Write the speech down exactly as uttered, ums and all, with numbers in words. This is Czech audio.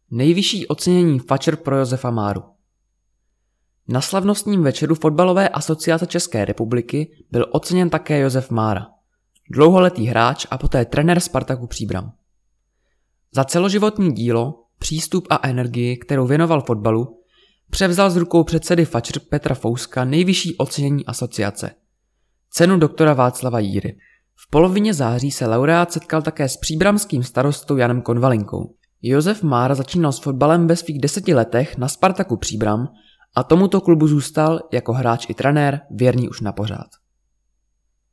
Nejvyšší ocenění Fatcher pro Josefa Máru. Na slavnostním večeru Fotbalové asociace České republiky byl oceněn také Josef Mára, dlouholetý hráč a poté trenér Spartaku Příbram. Za celoživotní dílo, přístup a energii, kterou věnoval fotbalu, převzal z rukou předsedy Fatcher Petra Fouska nejvyšší ocenění asociace, cenu doktora Václava Jíry. V polovině září se laureát setkal také s příbramským starostou Janem Konvalinkou. Josef Mára začínal s fotbalem ve svých deseti letech na Spartaku Příbram a tomuto klubu zůstal jako hráč i trenér věrný už na pořád.